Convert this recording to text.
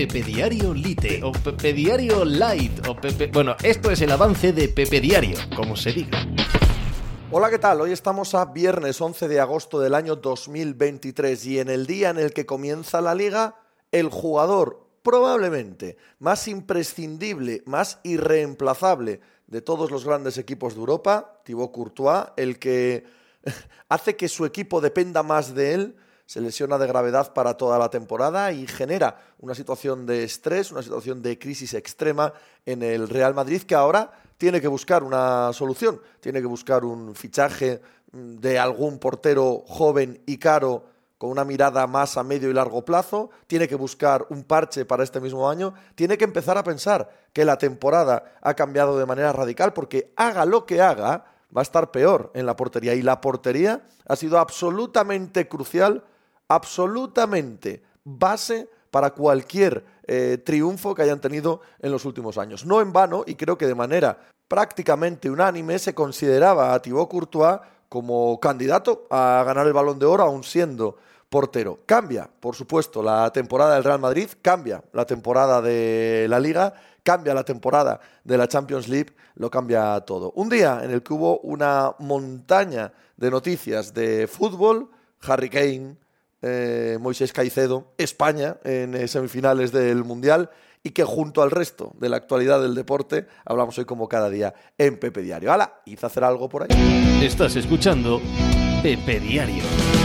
Pepe Diario Lite o Pepe Diario Light o Pepe... Bueno, esto es el avance de Pepe Diario, como se diga. Hola, ¿qué tal? Hoy estamos a viernes 11 de agosto del año 2023 y en el día en el que comienza la Liga, el jugador probablemente más imprescindible, más irreemplazable de todos los grandes equipos de Europa, Thibaut Courtois, el que hace que su equipo dependa más de él, se lesiona de gravedad para toda la temporada y genera una situación de estrés, una situación de crisis extrema en el Real Madrid, que ahora tiene que buscar una solución, tiene que buscar un fichaje de algún portero joven y caro con una mirada más a medio y largo plazo, tiene que buscar un parche para este mismo año, tiene que empezar a pensar que la temporada ha cambiado de manera radical porque haga lo que haga, va a estar peor en la portería. Y la portería ha sido absolutamente crucial, absolutamente base para cualquier triunfo que hayan tenido en los últimos años. No en vano, y creo que de manera prácticamente unánime, se consideraba a Thibaut Courtois como candidato a ganar el Balón de Oro, aun siendo portero. Cambia, por supuesto, la temporada del Real Madrid, cambia la temporada de la Liga, cambia la temporada de la Champions League, lo cambia todo. Un día en el que hubo una montaña de noticias de fútbol, Harry Kane, Moisés Caicedo, España en semifinales del Mundial, y que junto al resto de la actualidad del deporte hablamos hoy como cada día en Pepe Diario. ¡Hala! ¿Hice hacer algo por ahí? Estás escuchando Pepe Diario.